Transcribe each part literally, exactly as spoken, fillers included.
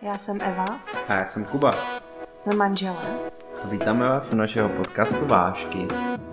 Já jsem Eva. A já jsem Kuba. Jsme manželé. A vítáme vás u našeho podcastu Vážky.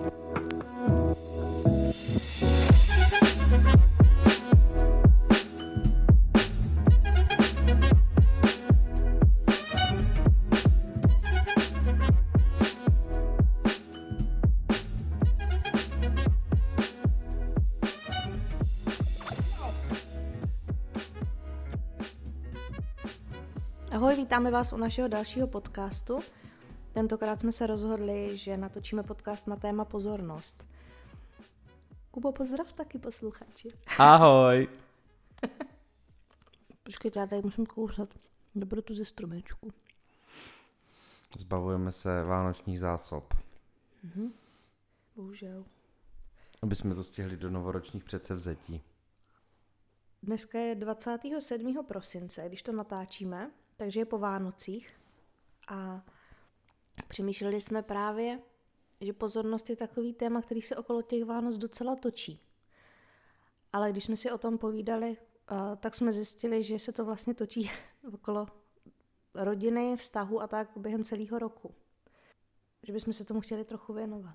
Ahoj, vítáme vás u našeho dalšího podcastu. Tentokrát jsme se rozhodli, že natočíme podcast na téma pozornost. Kubo, pozdrav taky posluchači. Ahoj. Počkejte, já tady musím kouřat dobrotu ze stromečku. Zbavujeme se vánočních zásob. Mhm. Bohužel. Aby jsme to stihli do novoročních předsevzetí. Dneska je dvacátého sedmého prosince, když to natáčíme, takže je po Vánocích. A přemýšleli jsme právě, že pozornost je takový téma, který se okolo těch Vánoc docela točí. Ale když jsme si o tom povídali, tak jsme zjistili, že se to vlastně točí okolo rodiny, vztahu a tak během celého roku. Že bychom se tomu chtěli trochu věnovat.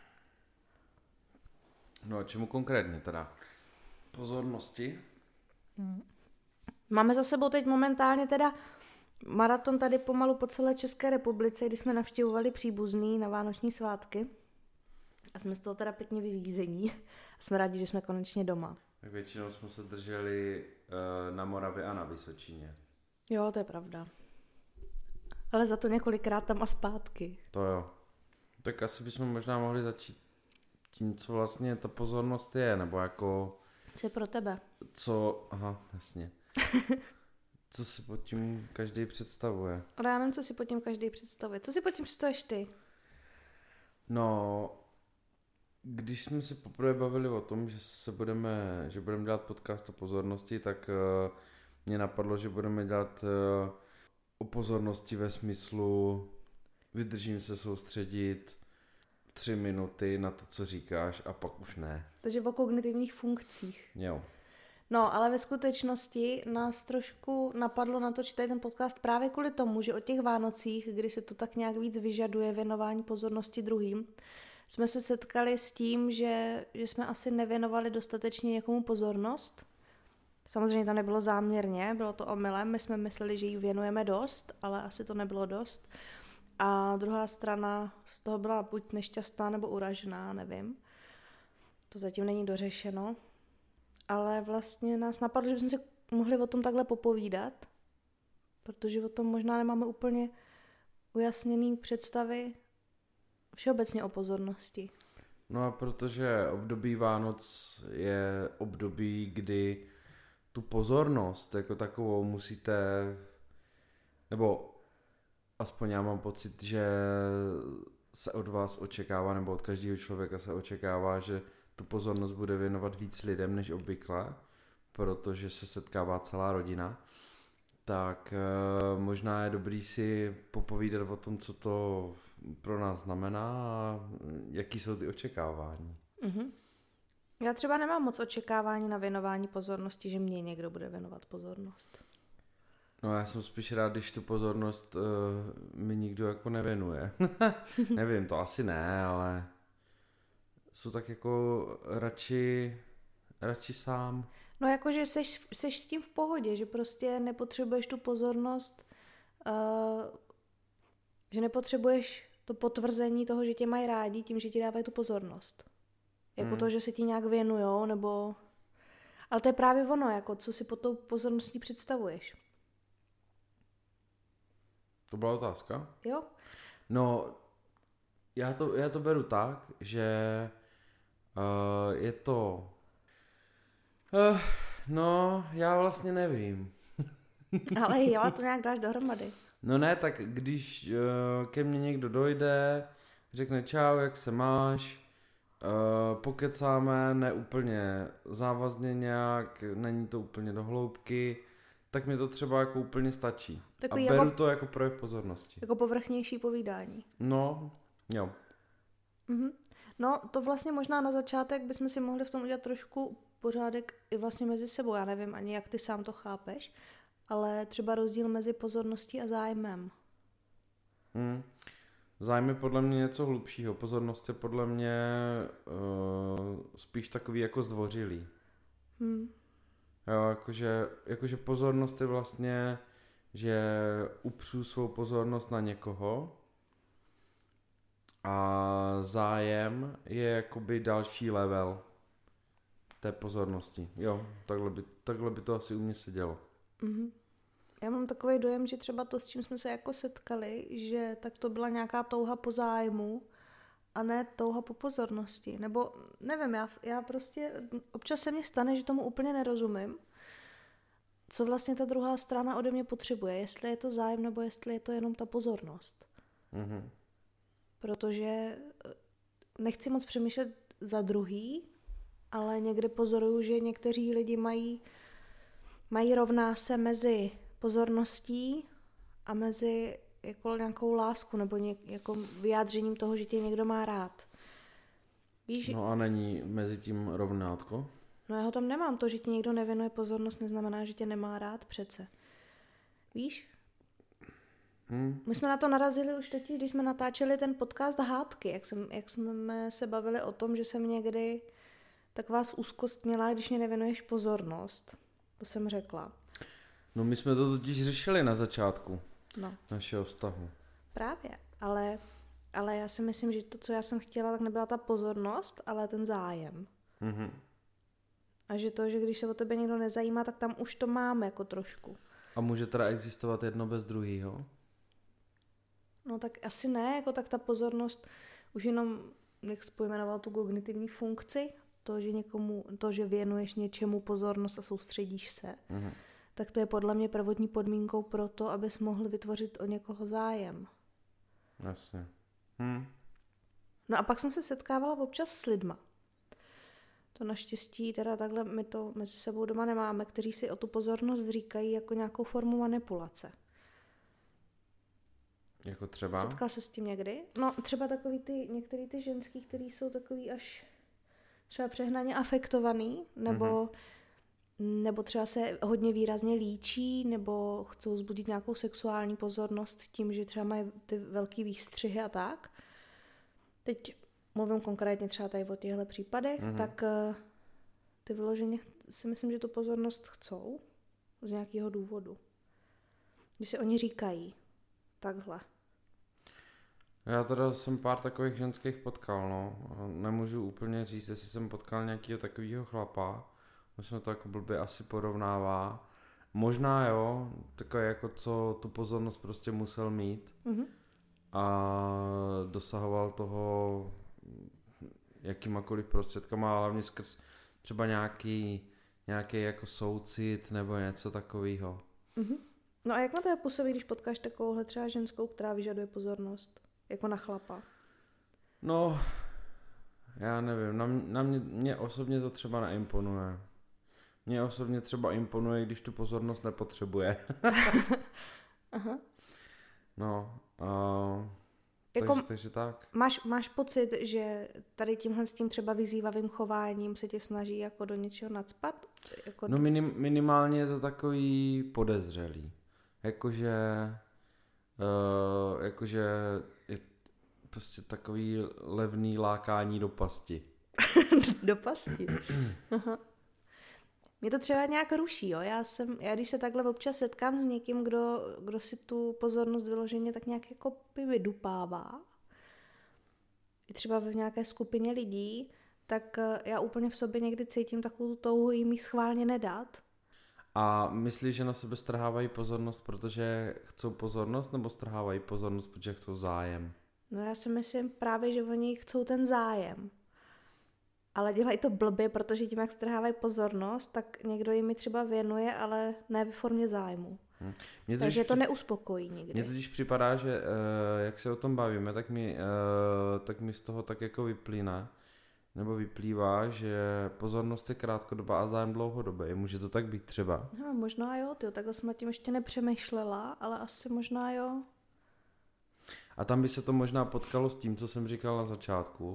No a čemu konkrétně teda? Pozornosti? Hmm. Máme za sebou teď momentálně teda maraton tady pomalu po celé České republice, kdy jsme navštěvovali příbuzný na vánoční svátky. A jsme z toho teda pěkně vyřízení. A jsme rádi, že jsme konečně doma. Tak většinou jsme se drželi uh, na Moravě a na Vysočině. Jo, to je pravda. Ale za to několikrát tam a zpátky. To jo. Tak asi bychom možná mohli začít tím, co vlastně ta pozornost je, nebo jako... Co je pro tebe? Co... Aha, jasně. Co si pod tím každý představuje? Ale já nevím, co si pod tím každý představuje. Co si pod tím představuješ ty? No, když jsme se poprvé bavili o tom, že se budeme, že budeme dělat podcast o pozornosti, tak uh, mě napadlo, že budeme dělat uh, o pozornosti ve smyslu vydržím se soustředit tři minuty na to, co říkáš a pak už ne. Takže o kognitivních funkcích. Jo. No, ale ve skutečnosti nás trošku napadlo natočit ten podcast právě kvůli tomu, že o těch Vánocích, kdy se to tak nějak víc vyžaduje věnování pozornosti druhým, jsme se setkali s tím, že, že jsme asi nevěnovali dostatečně někomu pozornost. Samozřejmě to nebylo záměrně, bylo to omylem, my jsme mysleli, že jí věnujeme dost, ale asi to nebylo dost. A druhá strana z toho byla buď nešťastná nebo uražená, nevím. To zatím není dořešeno. Ale vlastně nás napadlo, že bychom si mohli o tom takhle popovídat, protože o tom možná nemáme úplně ujasněný představy všeobecně o pozornosti. No a protože období Vánoc je období, kdy tu pozornost jako takovou musíte, nebo aspoň já mám pocit, že se od vás očekává, nebo od každého člověka se očekává, že tu pozornost bude věnovat víc lidem než obvykle, protože se setkává celá rodina, tak e, možná je dobrý si popovídat o tom, co to pro nás znamená a jaký jsou ty očekávání. Mm-hmm. Já třeba nemám moc očekávání na věnování pozornosti, že mě někdo bude věnovat pozornost. No já jsem spíš rád, když tu pozornost e, mi nikdo jako nevěnuje. Nevím, to asi ne, ale... Jsou tak jako radši, radši sám. No jakože seš, seš s tím v pohodě, že prostě nepotřebuješ tu pozornost, uh, že nepotřebuješ to potvrzení toho, že tě mají rádi tím, že ti dávají tu pozornost. Jako hmm. to, že se ti nějak věnujou, nebo... Ale to je právě ono, jako co si pod tou pozorností představuješ. To byla otázka? Jo. No, já to, já to beru tak, že uh, je to... Uh, no, já vlastně nevím. Ale já to nějak dáš dohromady. No ne, tak když uh, ke mně někdo dojde, řekne čau, jak se máš, uh, pokecáme, ne úplně závazně nějak, není to úplně do hloubky, tak mi to třeba jako úplně stačí. Takový a beru jako, to jako projev pozornosti. Jako povrchnější povídání. No, jo. Mhm. No, to vlastně možná na začátek bychom si mohli v tom udělat trošku pořádek i vlastně mezi sebou. Já nevím ani, jak ty sám to chápeš, ale třeba rozdíl mezi pozorností a zájmem. Hmm. Zájem je podle mě něco hlubšího, pozornost je podle mě uh, spíš takový jako zdvořilý. Hmm. Jo, jakože, jakože pozornost je vlastně, že upřu svou pozornost na někoho a zájem je jakoby další level té pozornosti. Jo, takhle by, takhle by to asi u mě sedělo. Mm-hmm. Já mám takový dojem, že třeba to, s čím jsme se jako setkali, že tak to byla nějaká touha po zájmu a ne touha po pozornosti. Nebo nevím, já, já prostě, občas se mně stane, že tomu úplně nerozumím, co vlastně ta druhá strana ode mě potřebuje, jestli je to zájem nebo jestli je to jenom ta pozornost. Mm-hmm. Protože nechci moc přemýšlet za druhý, ale někdy pozoruju, že někteří lidi mají, mají rovná se mezi pozorností a mezi jako nějakou lásku nebo něk, jako vyjádřením toho, že tě někdo má rád. Víš? No a není mezi tím rovnátko? No já ho tam nemám. To, že ti někdo nevěnuje pozornost, neznamená, že tě nemá rád přece. Víš? Hmm. My jsme na to narazili už totiž, když jsme natáčeli ten podcast Hádky, jak, jsem, jak jsme se bavili o tom, že jsem někdy tak vás úzkostnila, když mě nevěnuješ pozornost. To jsem řekla. No my jsme to totiž řešili na začátku no. našeho vztahu. Právě, ale, ale já si myslím, že to, co já jsem chtěla, tak nebyla ta pozornost, ale ten zájem. Mm-hmm. A že to, že když se o tebe někdo nezajímá, tak tam už to máme jako trošku. A může teda existovat jedno bez druhého? No tak asi ne, jako tak ta pozornost, už jenom, jak jsi pojmenoval tu kognitivní funkci, to, že někomu, to, že věnuješ něčemu pozornost a soustředíš se, mm-hmm. tak to je podle mě prvotní podmínkou pro to, abys mohl vytvořit o někoho zájem. Jasně. Hm. No a pak jsem se setkávala občas s lidma. To naštěstí teda takhle my to mezi sebou doma nemáme, kteří si o tu pozornost říkají jako nějakou formu manipulace. Jako třeba? Setkal se s tím někdy? No třeba takový ty, některý ty ženský, který jsou takový až třeba přehnaně afektovaný, nebo, mm-hmm. nebo třeba se hodně výrazně líčí, nebo chcou vzbudit nějakou sexuální pozornost tím, že třeba mají ty velký výstřihy a tak. Teď mluvím konkrétně třeba tady o těchto případech, mm-hmm. tak uh, ty vyloženě si myslím, že tu pozornost chcou z nějakého důvodu. Když si oni říkají takhle. Já teda jsem pár takových ženských potkal, no. Nemůžu úplně říct, jestli jsem potkal nějakého takového chlapa. Možná to jako blbě asi porovnává. Možná jo, takové jako co tu pozornost prostě musel mít. Mm-hmm. A dosahoval toho jakýmakoliv prostředkama, ale hlavně skrz třeba nějaký, nějaký jako soucit nebo něco takového. Mm-hmm. No a jak na to působí, když potkáš takovouhle třeba ženskou, která vyžaduje pozornost? Jako na chlapa? No, já nevím, na, na mě, mě osobně to třeba neimponuje. Mně osobně třeba imponuje, když tu pozornost nepotřebuje. Aha. No, uh, jako takže, takže tak. Máš, máš pocit, že tady tímhle s tím třeba vyzývavým chováním se tě snaží jako do něčeho nacpat? Jako no minim, minimálně je to takový podezřelý. Jakože, uh, jakože je prostě takový levný lákání do pasti. Do pasti? Aha. Mě to třeba nějak ruší, jo. Já, jsem, já když se takhle občas setkám s někým, kdo, kdo si tu pozornost vyloženě tak nějak jako vydupává, i třeba v nějaké skupině lidí, tak já úplně v sobě někdy cítím takovou touhu jim jí schválně nedat. A myslíš, že na sebe strhávají pozornost, protože chcou pozornost, nebo strhávají pozornost, protože chcou zájem? No já si myslím právě, že oni chcou ten zájem. Ale dělají to blbě, protože tím, jak strhávají pozornost, tak někdo jim ji třeba věnuje, ale ne ve formě zájmu. Hmm. Takže to při... neuspokojí nikdy. Mně totiž připadá, že uh, jak se o tom bavíme, tak mi, uh, tak mi z toho tak jako vyplýne, nebo vyplývá, že pozornost je krátkodobá a zájem dlouhodobý. Může to tak být třeba? No, možná jo, tyjo, takhle jsem nad tím ještě nepřemýšlela, ale asi možná jo. A tam by se to možná potkalo s tím, co jsem říkal na začátku,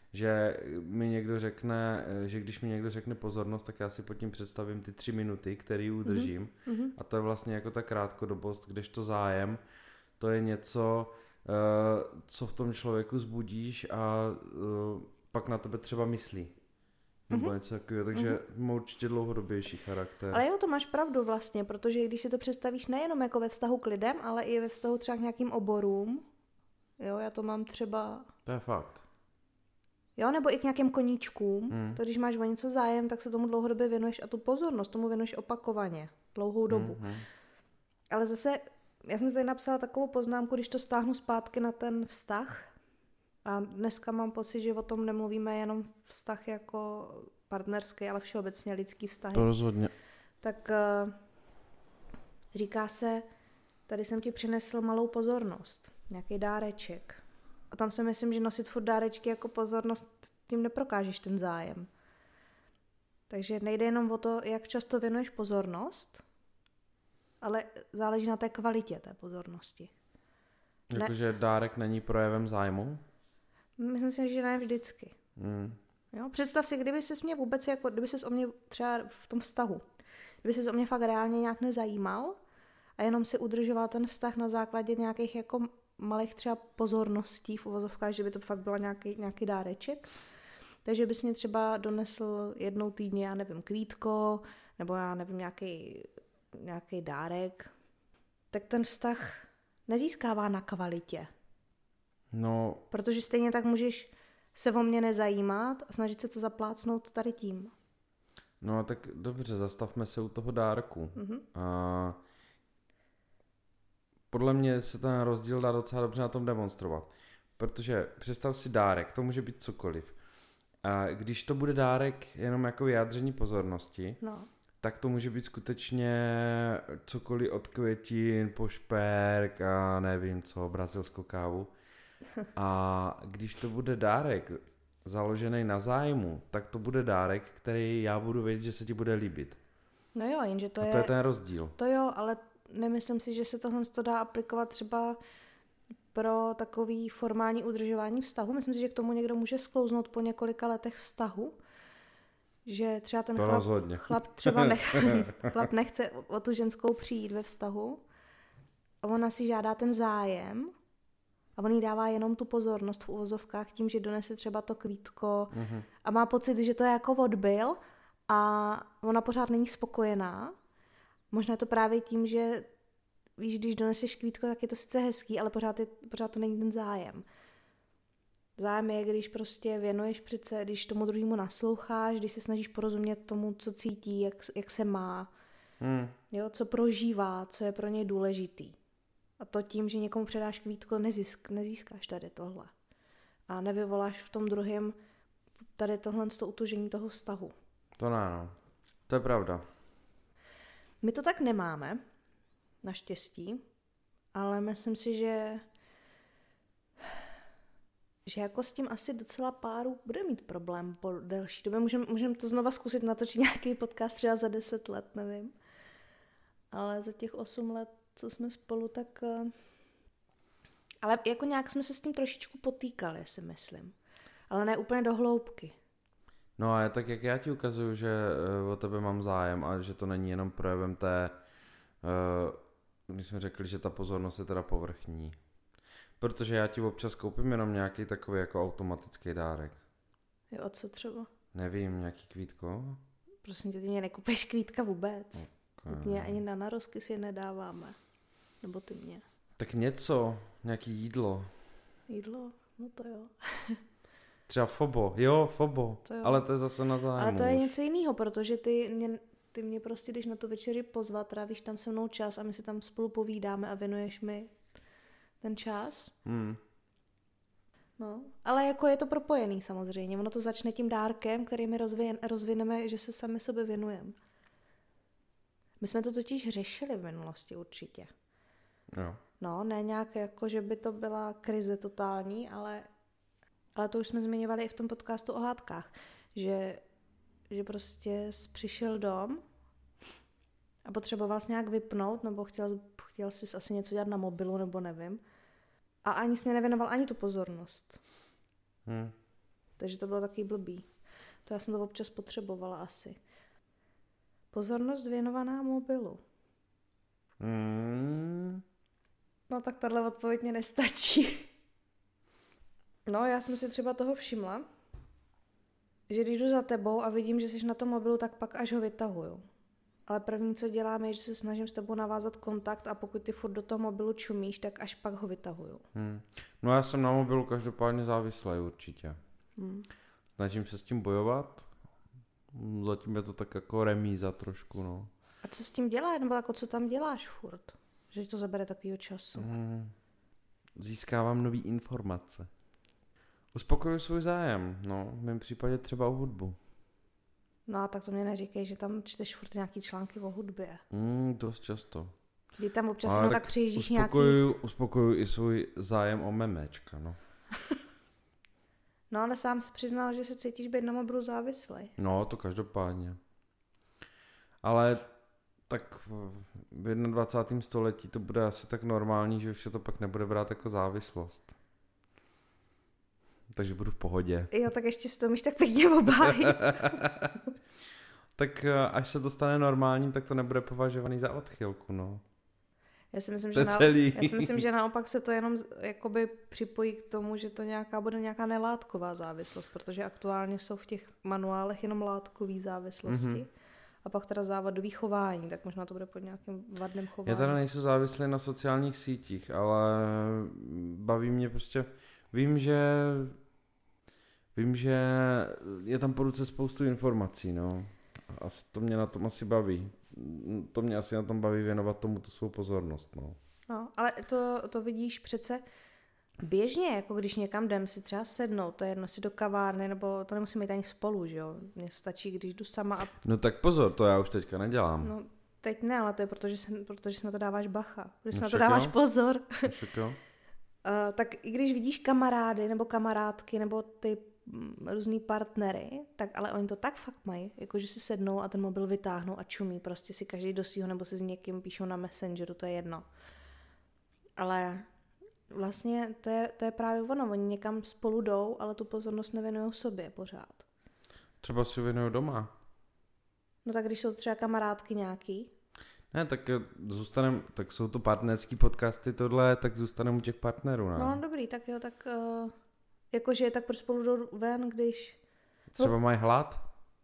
že mi někdo řekne, že když mi někdo řekne pozornost, tak já si pod tím představím ty tři minuty, který udržím mm-hmm. a to je vlastně jako ta krátkodobost, kdežto zájem, to je něco, co v tom člověku zbudíš a pak na tebe třeba myslí. Nebo mm-hmm. něco takového, takže mm-hmm. má určitě dlouhodobější charakter. Ale jo, to máš pravdu vlastně, protože když si to představíš nejenom jako ve vztahu k lidem, ale i ve vztahu třeba k nějakým oborům, jo, já to mám třeba... To je fakt. Jo, nebo i k nějakým koníčkům, mm. to když máš o něco zájem, tak se tomu dlouhodobě věnuješ a tu pozornost tomu věnuješ opakovaně, dlouhou dobu. Mm-hmm. Ale zase, já jsem zde napsala takovou poznámku, když to stáhnu zpátky na ten vztah, a dneska mám pocit, že o tom nemluvíme jenom vztah jako partnerský, ale všeobecně lidský vztahy. To rozhodně. Tak uh, říká se, tady jsem ti přinesl malou pozornost, nějaký dáreček. A tam si myslím, že nosit furt dárečky jako pozornost, tím neprokážeš ten zájem. Takže nejde jenom o to, jak často věnuješ pozornost, ale záleží na té kvalitě té pozornosti. Jakože dárek není projevem zájmu? Myslím si, že ne vždycky. Mm. Jo? Představ si, kdyby ses mě vůbec, jako, kdyby ses o mě třeba v tom vztahu, kdyby ses o mě fakt reálně nějak nezajímal a jenom si udržoval ten vztah na základě nějakých jako malých třeba pozorností v uvozovkách, že by to fakt byl nějaký, nějaký dáreček, takže bys mě třeba donesl jednou týdně, já nevím, kvítko, nebo já nevím, nějaký, nějaký dárek, tak ten vztah nezískává na kvalitě. No. Protože stejně tak můžeš se o mě nezajímat a snažit se to zaplácnout tady tím. No tak dobře, zastavme se u toho dárku. Mm-hmm. A podle mě se ten rozdíl dá docela dobře na tom demonstrovat. Protože představ si dárek, to může být cokoliv. A když to bude dárek jenom jako vyjádření pozornosti, no. tak to může být skutečně cokoliv od květin, po šperk a nevím co, brazilskou kávu. A když to bude dárek založený na zájmu, tak to bude dárek, který já budu vědět, že se ti bude líbit. No jo, jenže to, a je... to je ten rozdíl. To jo, ale nemyslím si, že se tohle to dá aplikovat třeba pro takový formální udržování vztahu. Myslím si, že k tomu někdo může sklouznout po několika letech vztahu, že třeba ten to chlap, rozhodně. chlap třeba nech, chlap nechce o tu ženskou přijít ve vztahu a ona si žádá ten zájem a on jí dává jenom tu pozornost v uvozovkách tím, že donese třeba to kvítko mm-hmm. a má pocit, že to je jako odbyl a ona pořád není spokojená. Možná je to právě tím, že víš, když doneseš kvítko, tak je to sice hezký, ale pořád, je, pořád to není ten zájem. Zájem je, když prostě věnuješ přece, když tomu druhému nasloucháš, když se snažíš porozumět tomu, co cítí, jak, jak se má, mm. jo, co prožívá, co je pro něj důležitý. A to tím, že někomu předáš kvítko, nezísk, nezískáš tady tohle. A nevyvoláš v tom druhém tady tohle to utužení toho vztahu. To ne, no. To je pravda. My to tak nemáme, naštěstí, ale myslím si, že že jako s tím asi docela páru bude mít problém po delší době. Můžeme můžem to znova zkusit natočit nějaký podcast třeba za deset let, nevím. Ale za těch osm let, co jsme spolu, tak... Ale jako nějak jsme se s tím trošičku potýkali, si myslím. Ale ne úplně do hloubky. No a tak jak já ti ukazuju, že o tebe mám zájem a že to není jenom projevem té... Když jsme řekli, že ta pozornost je teda povrchní. Protože já ti občas koupím jenom nějaký takový jako automatický dárek. Jo, a co třeba? Nevím, nějaký kvítko? Prosím tě, ty mě nekupeš kvítka vůbec. Okay. Mě ani na narozky si je nedáváme. Nebo ty mě. Tak něco, nějaký jídlo. Jídlo? No to jo. Třeba fobo, jo, fobo, to jo. Ale to je zase na zájmu. Ale to je něco jiného, protože ty mě, ty mě prostě, když na tu večeři pozvat, trávíš tam se mnou čas a my si tam spolu povídáme a věnuješ mi ten čas. Hmm. No, ale jako je to propojený samozřejmě. Ono to začne tím dárkem, který my rozvin, rozvineme, že se sami sobě věnujeme. My jsme to totiž řešili v minulosti určitě. Jo. No, ne nějak jako, že by to byla krize totální, ale, ale to už jsme zmiňovali i v tom podcastu o hádkách, že, že prostě jsi přišel dom a potřeboval jsi nějak vypnout, nebo chtěl, chtěl jsi asi něco dělat na mobilu, nebo nevím. A ani jsi mě nevěnoval ani tu pozornost. Hmm. takže to bylo taky blbý. To já jsem to občas potřebovala asi. Pozornost věnovaná mobilu. Mm. No tak tahle odpověď mě nestačí. No, já jsem si třeba toho všimla, že když jdu za tebou a vidím, že jsi na tom mobilu, tak pak až ho vytahuju. Ale první, co dělám, je, že se snažím s tebou navázat kontakt a pokud ty furt do toho mobilu čumíš, tak až pak ho vytahuju. Hmm. No já jsem na mobilu každopádně závislý určitě. Hmm. Snažím se s tím bojovat. Zatím je to tak jako remíza trošku, no. A co s tím děláš? Nebo jako co tam děláš furt? Že to zabere takovýho času. Hmm. Získávám nový informace. Uspokojuji svůj zájem, no. V mém případě třeba o hudbu. No a tak to mě neříkej, že tam čteš furt nějaký články o hudbě. Hmm, dost často. Kdy tam občas Ale no, tak tak přijíždíš uspokojuju, nějaký... uspokojuju i svůj zájem o memečka, no. No ale sám jsi přiznal, že se cítíš být na mobilu závislej. No, to každopádně. Ale tak v dvacátém prvním století to bude asi tak normální, že už se to pak nebude brát jako závislost. Takže budu v pohodě. Jo, tak ještě si to umíš tak pěkně obhájit. Tak až se to stane normálním, tak to nebude považovaný za odchylku, no. Já si myslím, To že, je na, celý. já si myslím, že naopak se to jenom jakoby připojí k tomu, že to nějaká bude nějaká nelátková závislost, protože aktuálně jsou v těch manuálech jenom látkové závislosti. Mm-hmm. A pak teda závadový chování, tak možná to bude pod nějakým vadným chováním. Já teda nejsem závislý na sociálních sítích, ale baví mě prostě, vím, že vím, že je tam po ruce spoustu informací, no. A to mě na tom asi baví. To mě asi na tom baví věnovat tomu tu svou pozornost, no. No, ale to, to vidíš přece běžně, jako když někam jdem si třeba sednout, to je jedno si do kavárny, nebo to nemusím jít ani spolu, že jo. Mně stačí, když jdu sama a... No tak pozor, to já už teďka nedělám. No, teď ne, ale to je proto, že, se, protože si na to dáváš bacha. Že si No na to však dáváš jo. pozor. Však jo. Uh, tak i když vidíš kamarády nebo kamarádky nebo ty mm, různý partnery, tak ale oni to tak fakt mají, jako že si sednou a ten mobil vytáhnou a čumí, prostě si každý do svýho nebo si s někým píšou na Messengeru, to je jedno. Ale vlastně to je, to je právě ono, oni někam spolu jdou, ale tu pozornost nevěnují sobě pořád. Třeba si věnuju doma. No tak když jsou třeba kamarádky nějaký. Ne, tak zůstanem, tak jsou to partnerský podcasty tohle, tak zůstaneme u těch partnerů, ne? No dobrý, tak jo, tak uh, jakože tak proč spolu jdou ven, když... Třeba mají hlad?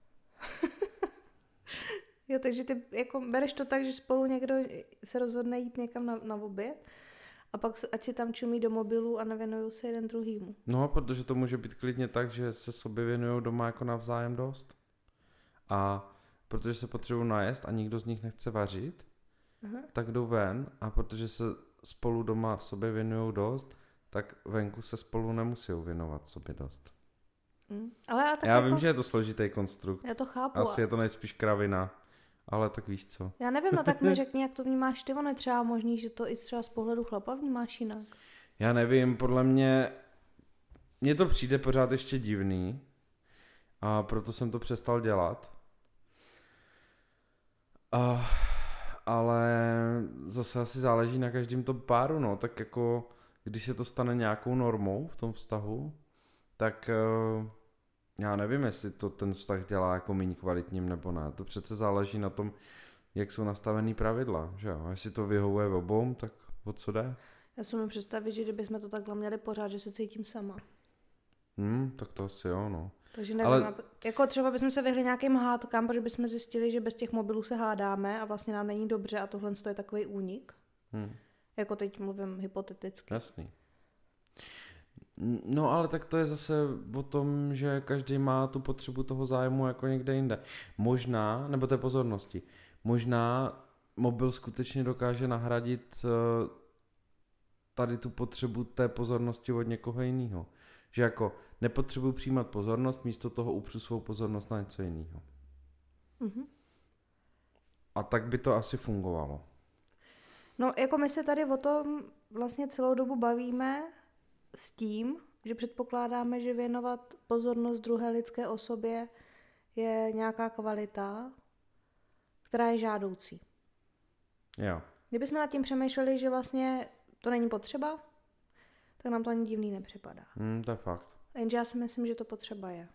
Jo, takže ty jako bereš to tak, že spolu někdo se rozhodne jít někam na, na oběd a pak ať si tam čumí do mobilu a nevěnují se jeden druhýmu. No, protože to může být klidně tak, že se sobě věnují doma jako navzájem dost. A protože se potřebují najést a nikdo z nich nechce vařit, aha, tak jdou ven a protože se spolu doma sobě věnují dost, tak venku se spolu nemusí věnovat sobě dost. Mm. Ale tak já jako... vím, že je to složitý konstrukt. Já to chápu. Asi je to nejspíš kravina, ale tak víš co. Já nevím, no tak mi řekni, jak to vnímáš ty, ono je třeba možný, že to i třeba z pohledu chlapa vnímáš jinak. Já nevím, podle mě, mně to přijde pořád ještě divný a proto jsem to přestal dělat. Uh, ale zase asi záleží na každém tom páru, no, tak jako když se to stane nějakou normou v tom vztahu, tak uh, já nevím, jestli to ten vztah dělá jako méně kvalitním nebo ne. To přece záleží na tom, jak jsou nastavený pravidla, že jo. A jestli to vyhovuje obou, tak o co jde? Já si umím představit, že kdybychom to takhle měli pořád, že se cítím sama. Hmm, tak to asi jo, no. Takže nevím, ale... jako třeba bychom se vyhli nějakým hádkám, protože bychom zjistili, že bez těch mobilů se hádáme a vlastně nám není dobře a tohle je takový únik. Hmm. Jako teď mluvím hypoteticky. Jasný. No ale tak to je zase o tom, že každý má tu potřebu toho zájmu jako někde jinde. Možná, nebo té pozornosti, možná mobil skutečně dokáže nahradit uh, tady tu potřebu té pozornosti od někoho jiného. Že jako nepotřebuji přijímat pozornost, místo toho upřu svou pozornost na něco jiného. Mm-hmm. A tak by to asi fungovalo. No jako my se tady o tom vlastně celou dobu bavíme s tím, že předpokládáme, že věnovat pozornost druhé lidské osobě je nějaká kvalita, která je žádoucí. Jo. Kdybychom nad tím přemýšleli, že vlastně to není potřeba, tak nám to ani divný nepřipadá. Hmm, to je fakt. Jenže já si myslím, že to potřeba je.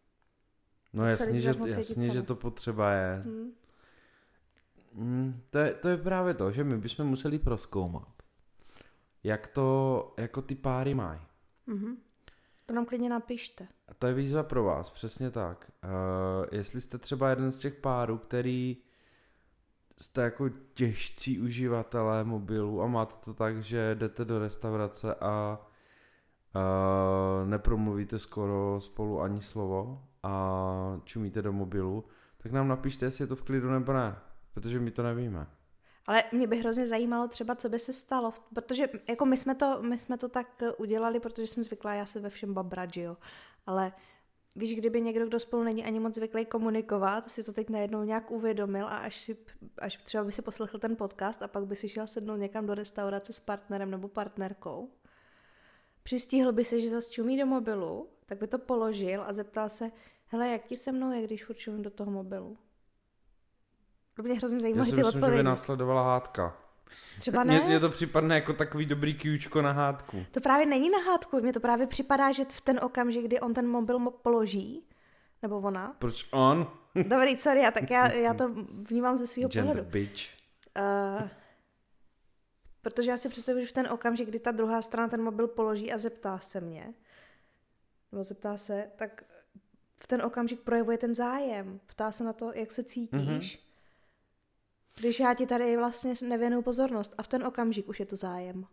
No jasně, že, jasně že to potřeba je. Hmm. Mm, to je. To je právě to, že my bychom museli prozkoumat, jak to jako ty páry mají. Mm-hmm. To nám klidně napište. A to je výzva pro vás, přesně tak. Uh, jestli jste třeba jeden z těch párů, který jste jako těžcí uživatelé mobilu a máte to tak, že jdete do restaurace a uh, nepromluvíte skoro spolu ani slovo a čumíte do mobilu, tak nám napište, jestli je to v klidu nebo ne, protože my to nevíme. Ale mě by hrozně zajímalo třeba, co by se stalo, protože jako my jsme to, my jsme to tak udělali, protože jsem zvyklá, já se ve všem babrat, že jo, ale víš, kdyby někdo, kdo spolu není ani moc zvyklý komunikovat, si to teď najednou nějak uvědomil a až, si, až třeba by si poslechl ten podcast a pak by si šel sednout někam do restaurace s partnerem nebo partnerkou, přistihl by se, že zas čumí do mobilu, tak by to položil a zeptal se, hele, jak ti se mnou je, když furt čumím do toho mobilu? To mě hrozně zajímavé ty odpovědi. Já si myslím, že by následovala hádka. Třeba ne. Mně to připadne jako takový dobrý kýčko na hádku. To právě není na hádku, mně to právě připadá, že v ten okamžik, kdy on ten mobil položí, nebo ona. Proč on? Dobrý, sorry, já, tak já, já to vnímám ze svého pohledu. Gender bitch. Uh, protože já si představuji, že v ten okamžik, kdy ta druhá strana ten mobil položí a zeptá se mě, nebo zeptá se, tak v ten okamžik projevuje ten zájem. Ptá se na to, jak se cítíš. Mm-hmm. Když já ti tady vlastně nevěnuju pozornost a v ten okamžik už je to zájem.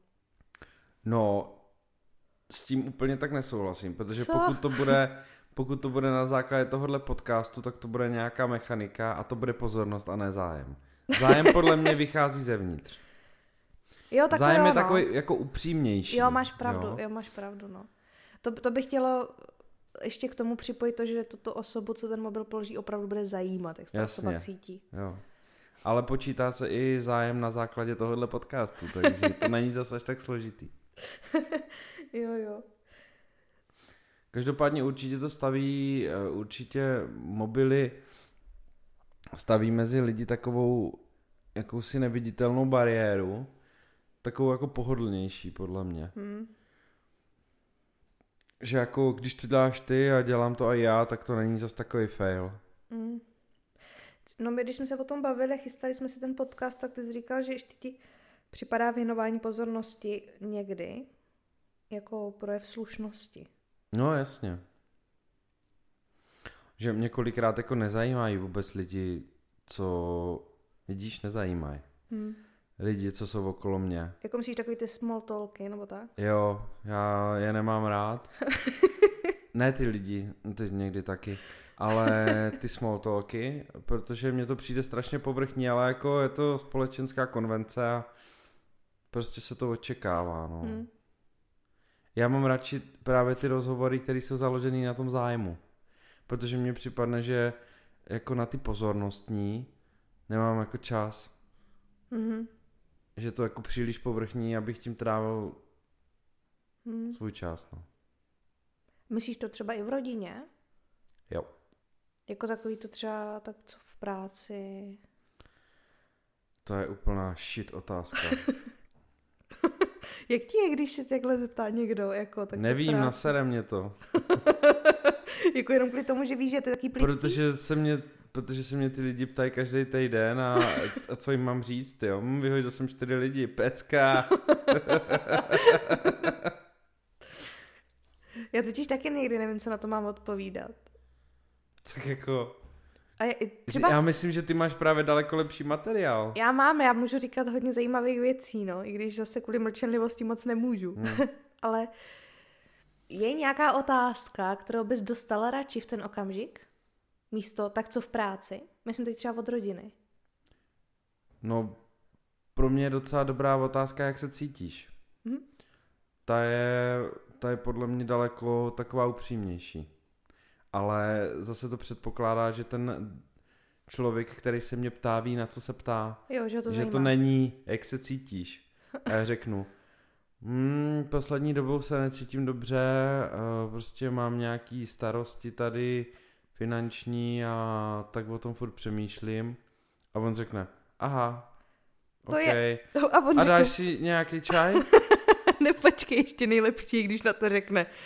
No, s tím úplně tak nesouhlasím, protože Co? pokud to bude, pokud to bude na základě tohohle podcastu, tak to bude nějaká mechanika a to bude pozornost a ne zájem. Zájem podle mě vychází zevnitř. Jo, tak zájem to jo, je no. takový jako upřímnější. Jo, máš pravdu, jo, jo máš pravdu, no. To, to bych chtělo ještě k tomu připojit to, že tuto osobu, co ten mobil položí, opravdu bude zajímat, jak se ta osoba cítí. Jo. Ale počítá se i zájem na základě tohohle podcastu, takže to není zase až tak složitý. Jo, jo. Každopádně určitě to staví, určitě mobily staví mezi lidi takovou jakousi neviditelnou bariéru, takovou jako pohodlnější podle mě. Hmm. Že jako když to děláš ty a dělám to i já, tak to není zase takový fail. Hmm. No my, když jsme se o tom bavili, chystali jsme si ten podcast, tak ty jsi říkal, že ještě ti připadá věnování pozornosti někdy jako projev slušnosti. No jasně. Že mě kolikrát jako nezajímají vůbec lidi, co vidíš, nezajímají. Hmm. Lidi, co jsou okolo mě. Jako myslíš takový ty small talky, nebo tak? Jo, já je nemám rád. Ne ty lidi, ty někdy taky, ale ty small talky, protože mně to přijde strašně povrchní, ale jako je to společenská konvence a prostě se to očekává, no. Hmm. Já mám radši právě ty rozhovory, které jsou založené na tom zájmu, protože mně připadne, že jako na ty pozornostní nemám jako čas. Mm-hmm. Že to jako příliš povrchní, abych tím trávil mm. svůj čas, no. Myslíš to třeba i v rodině? Jo. Jako takový to třeba tak co v práci? To je úplná shit otázka. Jak ti je, když se takhle zeptá někdo? Jako, tak nevím, nasere mě to. Jako jenom kvůli tomu, že víš, že to je taký plítký? Protože se mě, protože se mě ty lidi ptají každý týden a, a co jim mám říct, jo? Vyhodil jsem čtyři lidi, pecka. Já totiž taky někdy nevím, co na to mám odpovídat. Tak jako... A je, třeba... Já myslím, že ty máš právě daleko lepší materiál. Já mám, já můžu říkat hodně zajímavých věcí, no, i když zase kvůli mlčenlivosti moc nemůžu. Hmm. Ale je nějaká otázka, kterou bys dostala radši v ten okamžik? Místo tak, co v práci? Myslím teď třeba od rodiny. No, pro mě je docela dobrá otázka, jak se cítíš. Hmm. Ta je... ta je podle mě daleko taková upřímnější. Ale zase to předpokládá, že ten člověk, který se mě ptá, ví, na co se ptá. Jo, že to že to není, jak se cítíš. A já řeknu, hmm, poslední dobou se necítím dobře, prostě mám nějaký starosti tady finanční a tak o tom furt přemýšlím. A on řekne, aha, to okej. Okay. A, a dáš řekne... si nějaký čaj? Nepočkej, ještě nejlepší, když na to řekne.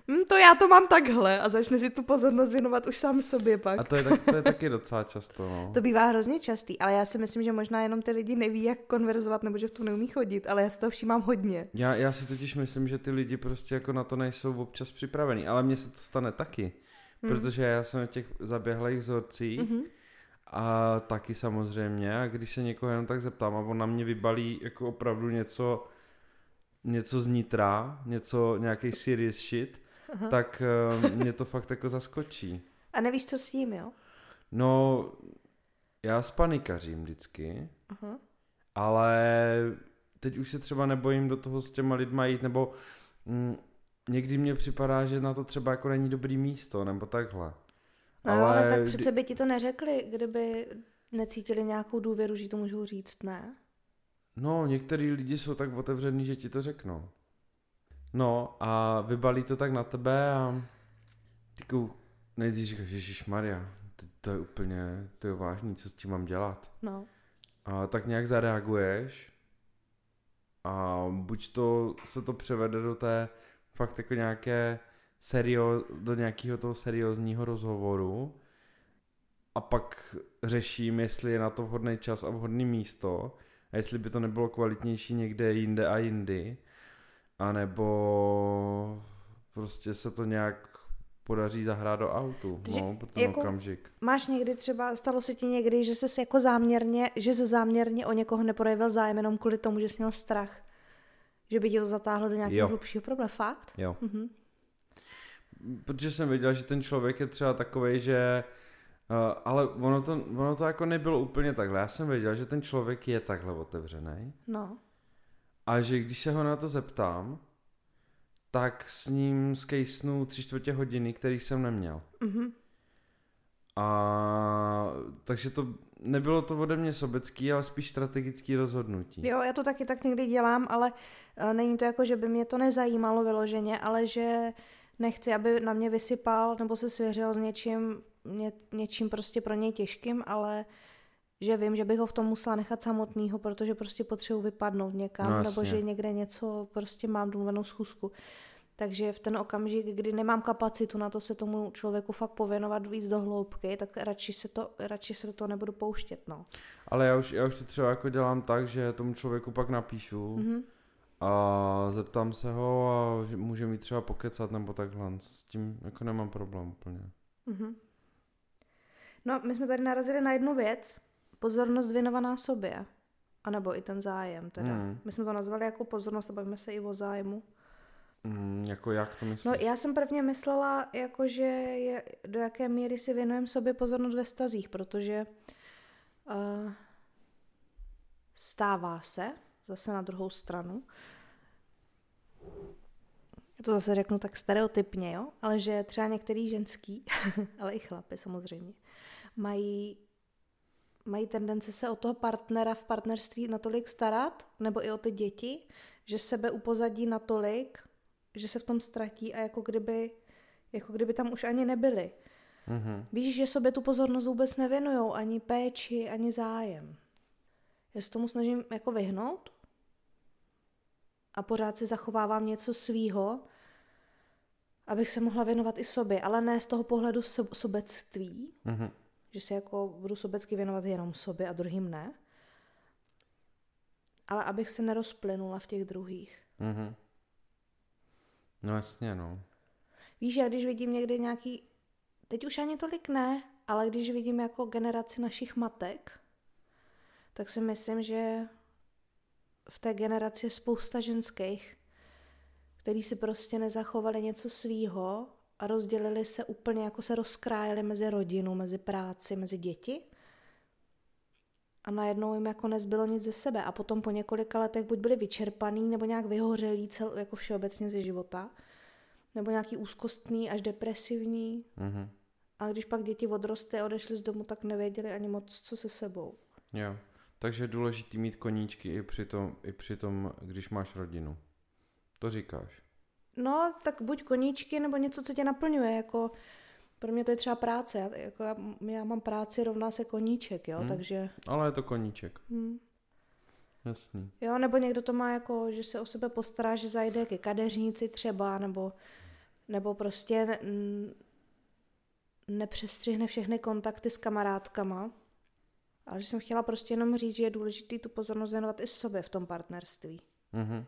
hm, to já to mám takhle a začne si tu pozornost věnovat už sám sobě pak. A to je, tak, to je taky docela často, no. To bývá hrozně častý, ale já si myslím, že možná jenom ty lidi neví, jak konverzovat, nebo že v tom neumí chodit, ale já si toho všímám hodně. Já, já si totiž myslím, že ty lidi prostě jako na to nejsou občas připravený, ale mně se to stane taky, hmm. protože já jsem v těch zaběhlých vzorcích mm-hmm. a taky samozřejmě, a když se někoho jenom tak zeptám a on na mě vybalí jako opravdu něco, něco z nitra, něco, nějaký serious shit, aha. tak uh, mě to fakt jako zaskočí. A nevíš, co s tím, jo? No, já spanikařím vždycky, aha. ale teď už se třeba nebojím do toho s těma lidma jít, nebo mm, někdy mně připadá, že na to třeba jako není dobrý místo, nebo takhle. No ale, ale tak přece by ti to neřekli, kdyby necítili nějakou důvěru, že to můžou říct, ne? No, některý lidi jsou tak otevřený, že ti to řeknou. No a vybalí to tak na tebe a ty nejdřív říkáš, ježišmarja, to, to je úplně, to je vážný, co s tím mám dělat. No. A tak nějak zareaguješ a buď to se to převede do té fakt jako nějaké serio, do nějakého toho seriózního rozhovoru a pak řeším, jestli je na to vhodný čas a vhodný místo a jestli by to nebylo kvalitnější někde jinde a jindy, anebo prostě se to nějak podaří zahrát do autu, Takže no, pro ten jako okamžik. Máš někdy třeba, stalo se ti někdy, že jsi jako záměrně, že se záměrně o někoho neprojevil zájem jenom kvůli tomu, že jsi měl strach? Že by tě to zatáhlo do nějakého hlubšího problému? Fakt? Jo. Mhm. Protože jsem věděl, že ten člověk je třeba takovej, že uh, ale ono to, ono to jako nebylo úplně takhle. Já jsem věděl, že ten člověk je takhle otevřený. No. A že když se ho na to zeptám, tak s ním skejsnu tři čtvrtě hodiny, který jsem neměl. Mhm. A takže to nebylo to ode mě sobecký, ale spíš strategický rozhodnutí. Jo, já to taky tak někdy dělám, ale uh, není to jako, že by mě to nezajímalo vyloženě, ale že nechci, aby na mě vysypal nebo se svěřil s něčím, ně, něčím prostě pro něj těžkým, ale že vím, že bych ho v tom musela nechat samotnýho, protože prostě potřebuji vypadnout někam, no, nebo že někde něco prostě mám domluvenou schůzku. Takže v ten okamžik, kdy nemám kapacitu na to se tomu člověku fakt pověnovat víc do hloubky, tak radši se, to, radši se do toho nebudu pouštět, no. Ale já už, já už to třeba jako dělám tak, že tomu člověku pak napíšu mm-hmm. a zeptám se ho a může mi třeba pokecat nebo takhle. S tím jako nemám problém úplně. Mm-hmm. No, my jsme tady narazili na jednu věc. Pozornost věnovaná sobě. A nebo i ten zájem teda. Mm. My jsme to nazvali jako pozornost a bavíme se i o zájmu. Mm, jako jak to myslíš? No já jsem prvně myslela, jako že je, do jaké míry si věnujeme sobě pozornost ve vztazích, protože uh, stává se, zase na druhou stranu, to zase řeknu tak stereotypně, jo, ale že třeba některý ženský, ale i chlapy samozřejmě, mají mají tendence se o toho partnera v partnerství natolik starat, nebo i o ty děti, že sebe upozadí natolik, že se v tom ztratí a jako kdyby, jako kdyby tam už ani nebyli. Mm-hmm. Víš, že sobě tu pozornost vůbec nevěnujou, ani péči, ani zájem. Já se tomu snažím jako vyhnout a pořád si zachovávám něco svýho, abych se mohla věnovat i sobě, ale ne z toho pohledu so- sobectví, mm-hmm. že se jako budu sobecky věnovat jenom sobě a druhým ne, ale abych se nerozplynula v těch druhých. Mm-hmm. No jasně, no. Víš, já když vidím někdy nějaký, teď už ani tolik ne, ale když vidím jako generaci našich matek, tak si myslím, že v té generaci je spousta ženských, který si prostě nezachovali něco svýho a rozdělili se úplně, jako se rozkrájeli mezi rodinu, mezi práci, mezi děti. A najednou jim jako nezbylo nic ze sebe. A potom po několika letech buď byli vyčerpaný, nebo nějak vyhořelí cel, jako všeobecně ze života, nebo nějaký úzkostný až depresivní. Mm-hmm. A když pak děti odrostly a odešly z domu, tak nevěděli ani moc, co se sebou. Jo, takže je důležitý mít koníčky i při tom, i při tom, když máš rodinu. To říkáš. No, tak buď koníčky, nebo něco, co tě naplňuje, jako pro mě to je třeba práce, já, jako já, já mám práci, rovná se koníček, jo, hmm. takže... Ale je to koníček. Hmm. Jasný. Jo, nebo někdo to má jako, že se o sebe postará, že zajde ke kadeřnici třeba, nebo nebo prostě nepřestřihne všechny kontakty s kamarádkama. Ale že jsem chtěla prostě jenom říct, že je důležité tu pozornost věnovat i sobě v tom partnerství. Mhm.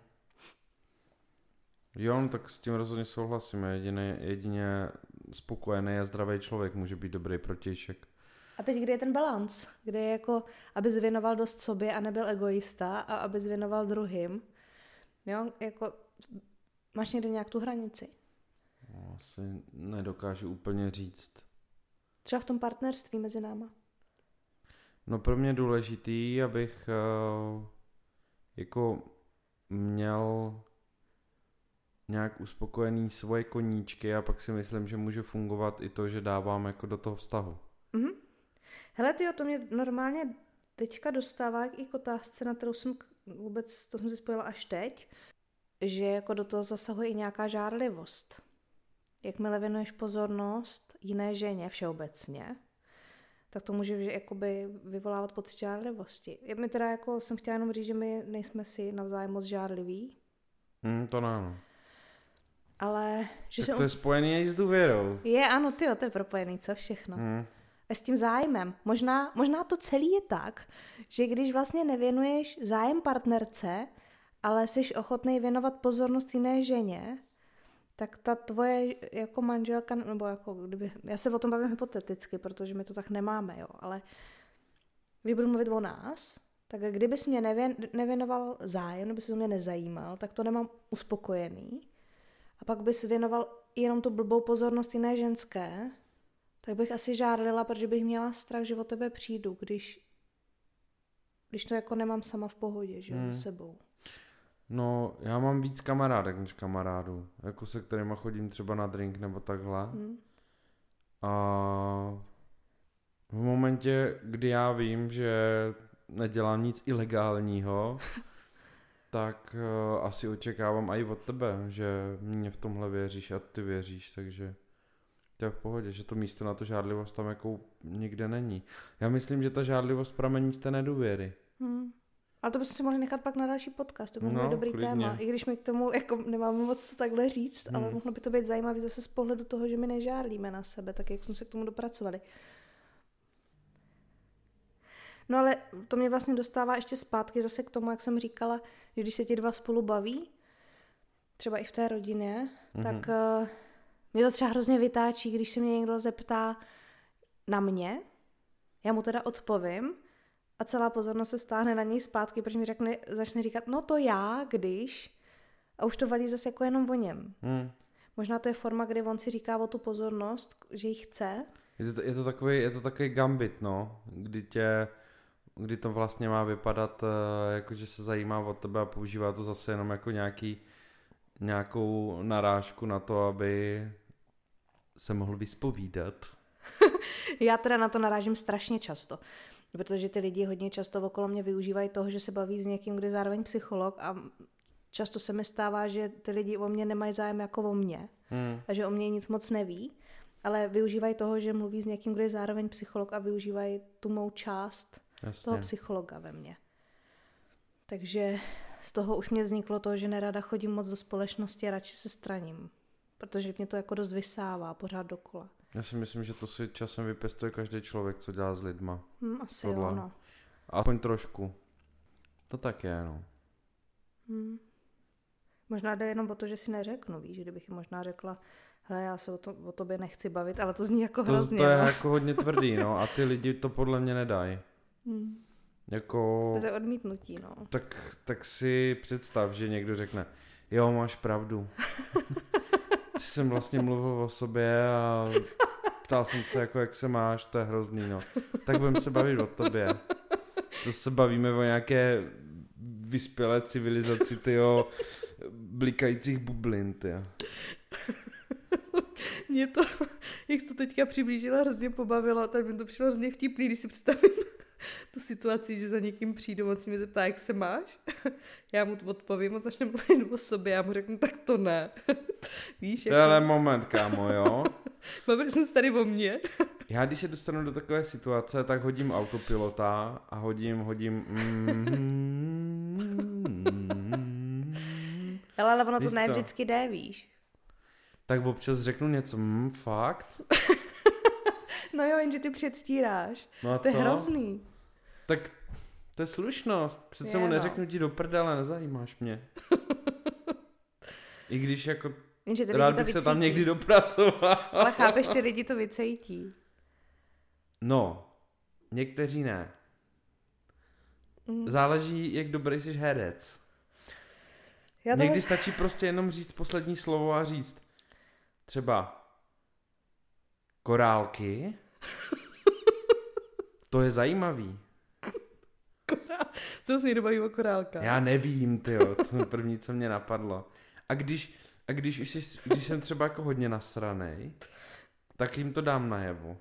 Jo, no, tak s tím rozhodně souhlasím. Jedině, jedině spokojený a zdravý člověk může být dobrý protějšek. A teď kde je ten balans? Kde je jako, aby zvěnoval dost sobě a nebyl egoista a aby zvěnoval druhým. Jo, jako máš někde nějak tu hranici? No, asi nedokážu úplně říct. Třeba v tom partnerství mezi náma. No pro mě důležitý, abych uh, jako měl nějak uspokojený svoje koníčky a pak si myslím, že může fungovat i to, že dávám jako do toho vztahu. Mhm. Hele tyjo, to mě normálně teďka dostává i k otázce, na kterou jsem vůbec, to jsem si spojila až teď, že jako do toho zasahuje i nějaká žárlivost. Jakmile věnuješ pozornost jiné ženě všeobecně, tak to může jakoby vyvolávat pocit žárlivosti. Já mi teda jako jsem chtěla jenom říct, že my nejsme si navzájem moc žárliví. Hmm, to ne, no. Ale... Že tak se to je spojený i s důvěrou. Je, ano, tyjo, to je propojený, co všechno. Hmm. A s tím zájmem. Možná, možná to celý je tak, že když vlastně nevěnuješ zájem partnerce, ale jsi ochotný věnovat pozornost jiné ženě, tak ta tvoje jako manželka, nebo jako kdyby, já se o tom bavím hypoteticky, protože my to tak nemáme, jo, ale když budu mluvit o nás, tak kdybys mě nevě, nevěnoval zájem, nebo se o mě nezajímal, tak to nemám uspokojený. A pak bys věnoval jenom tu blbou pozornost jiné ženské, tak bych asi žárlila, protože bych měla strach, že o tebe přijdu, když, když to jako nemám sama v pohodě, že hmm. s sebou. No, já mám víc kamarádek než kamarádů, jako se kterýma chodím třeba na drink nebo takhle. Hmm. A v momentě, kdy já vím, že nedělám nic ilegálního, tak uh, asi očekávám i od tebe, že mě v tomhle věříš a ty věříš, takže to je v pohodě, že to místo na to žádlivost tam jako nikde není. Já myslím, že ta žádlivost pramení z té nedůvěry. Hmm. Ale to bychom si mohli nechat pak na další podcast, to by no, dobrý klidně. téma, i když mi k tomu jako nemáme moc co takhle říct, hmm. ale mohlo by to být zajímavé zase z pohledu toho, že my nežárlíme na sebe, tak jak jsme se k tomu dopracovali. No ale to mě vlastně dostává ještě zpátky zase k tomu, jak jsem říkala, že když se ti dva spolu baví, třeba i v té rodině, mm-hmm. tak uh, mě to třeba hrozně vytáčí, když se mě někdo zeptá na mě, já mu teda odpovím a celá pozornost se stáhne na něj zpátky, protože mi řekne, začne říkat, no to já, když, a už to valí zase jako jenom o něm. Mm. Možná to je forma, kdy on si říká o tu pozornost, že ji chce. Je to, je to takový, je to takový gambit, no, kdy tě kdy to vlastně má vypadat, jako že se zajímá o tebe a používá to zase jenom jako nějaký, nějakou narážku na to, aby se mohl vyspovídat. Já teda na to narážím strašně často, protože ty lidi hodně často okolo mě využívají toho, že se baví s někým, kdy je zároveň psycholog a často se mi stává, že ty lidi o mě nemají zájem jako o mě hmm. a že o mě nic moc neví, ale využívají toho, že mluví s někým, kdo je zároveň psycholog a využívají tu mou část Jasně. toho psychologa ve mně. Takže z toho už mě vzniklo to, že nerada chodím moc do společnosti a radši se straním. Protože mě to jako dost vysává pořád dokola. Já si myslím, že to si časem vypěstuje každý člověk, co dělá s lidma. Hmm, asi Tohle. jo, no. Aspoň trošku. To tak je, no. Hmm. Možná jde jenom o to, že si neřeknu, víš, kdybych jim možná řekla, hele, já se o, to, o tobě nechci bavit, ale to zní jako to, hrozně. To je no. jako hodně tvrdý, no, a ty lidi to podle mě nedají. Hmm. Jako... To je odmítnutí, no. Tak, tak si představ, že někdo řekne, jo, máš pravdu. Ty jsem vlastně mluvil o sobě a ptal jsem se, jako jak se máš, to je hrozný, no. Tak budeme se bavit o tobě. To se bavíme o nějaké vyspělé civilizaci, tyjo, blikajících bublin, tyjo. Mě to, jak jsi to teďka přiblížila, hrozně pobavilo, tak mi to přišlo hrozně vtipný, když si představím tu situaci, že za někým přijdu, on si mě zeptá, jak se máš. Já mu odpovím, on začne mluvit o sobě, já mu řeknu, tak to ne. Víš, jako... Ale moment, kámo, jo? Bavili jsme se tady o mně. Já když se dostanu do takové situace, tak hodím autopilota a hodím, hodím... Mm, ale, ale ono to ne vždycky jde, víš. tak občas řeknu něco, hm, fakt? No jo, jenže ty předstíráš. No a to je co? hrozný. Tak to je slušnost. Přece Je, mu no. neřeknu ti do prdele, nezajímáš mě. I když jako Jenže ty rád lidi to bych se vycítí. tam někdy dopracoval. Ale chápeš, ty lidi to vycejtí. No, někteří ne. Mm. Záleží, jak dobrý jsi herec. Já to Někdy ves... stačí prostě jenom říct poslední slovo a říct třeba korálky. To je zajímavý. To se někdo baví o korálkách. Já nevím, tyjo, to je první, co mě napadlo. A když, a když, už jsi, když jsem třeba jako hodně nasranej, tak jim to dám najevo.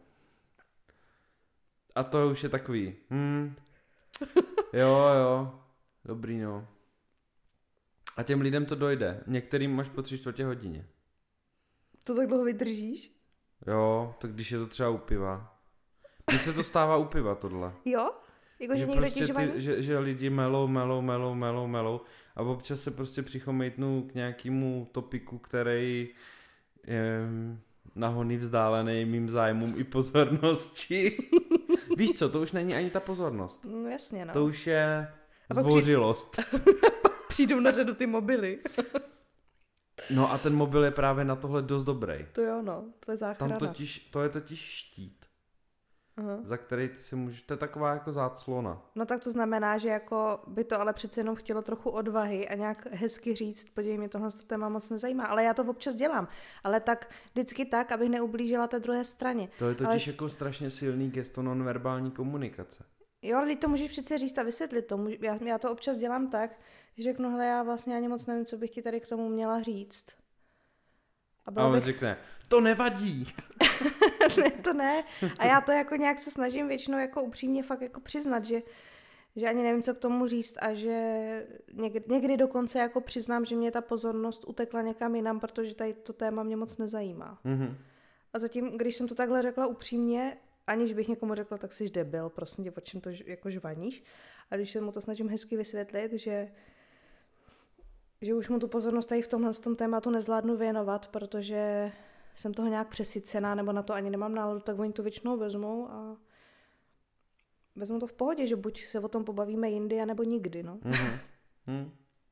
A to už je takový, hm, jo, jo, dobrý, no. A těm lidem to dojde, některým až po tři čtvrtě hodině. To tak dlouho vydržíš? Jo, tak když je to třeba u piva. Mně se to stává u piva, tohle. Jo? Jako, že, Že někdo prostě ti ty, žvaní? že, že lidi melou, melou, melou, melou, melou a občas se prostě přichomejtnou k nějakému topiku, který je nahony vzdálený mým zájmům i pozornosti. Víš co, to už není ani ta pozornost. No jasně, no. To už je pak zdvořilost. Přijdou na řadu ty mobily. No a ten mobil je právě na tohle dost dobrý. To jo, no. To je záchrana. Tam totiž, to je totiž štít, Aha. za který ty si můžeš, to je taková jako záclona. No tak to znamená, že jako by to ale přece jenom chtělo trochu odvahy a nějak hezky říct, podívej, mě tohle téma moc nezajímá, ale já to občas dělám, ale tak vždycky tak, abych neublížila té druhé straně. To je totiž ale... jako strašně silný gesto nonverbální komunikace. Jo, ale to můžeš přece říct a vysvětlit to. Můž, já, já to občas dělám tak, že řeknu, hele, já vlastně ani moc nevím, co bych ti tady k tomu měla říct. A, A on bych... řekne, to nevadí. Ne, to ne. A já to jako nějak se snažím většinou jako upřímně fakt jako přiznat, že, že ani nevím, co k tomu říct a že někdy, někdy dokonce jako přiznám, že mě ta pozornost utekla někam jinam, protože tady to téma mě moc nezajímá. Mm-hmm. A zatím, když jsem to takhle řekla upřímně, aniž bych někomu řekla, tak jsi debil, prosím tě, o čem to jako žvaníš. A když se mu to snažím hezky vysvětlit, že, že už mu tu pozornost tady v tomhle tom tématu nezvládnu věnovat, protože jsem toho nějak přesycená, nebo na to ani nemám náladu, tak oni to většinou vezmou a vezmu to v pohodě, že buď se o tom pobavíme jindy, anebo nikdy, no. Mm-hmm. Mm.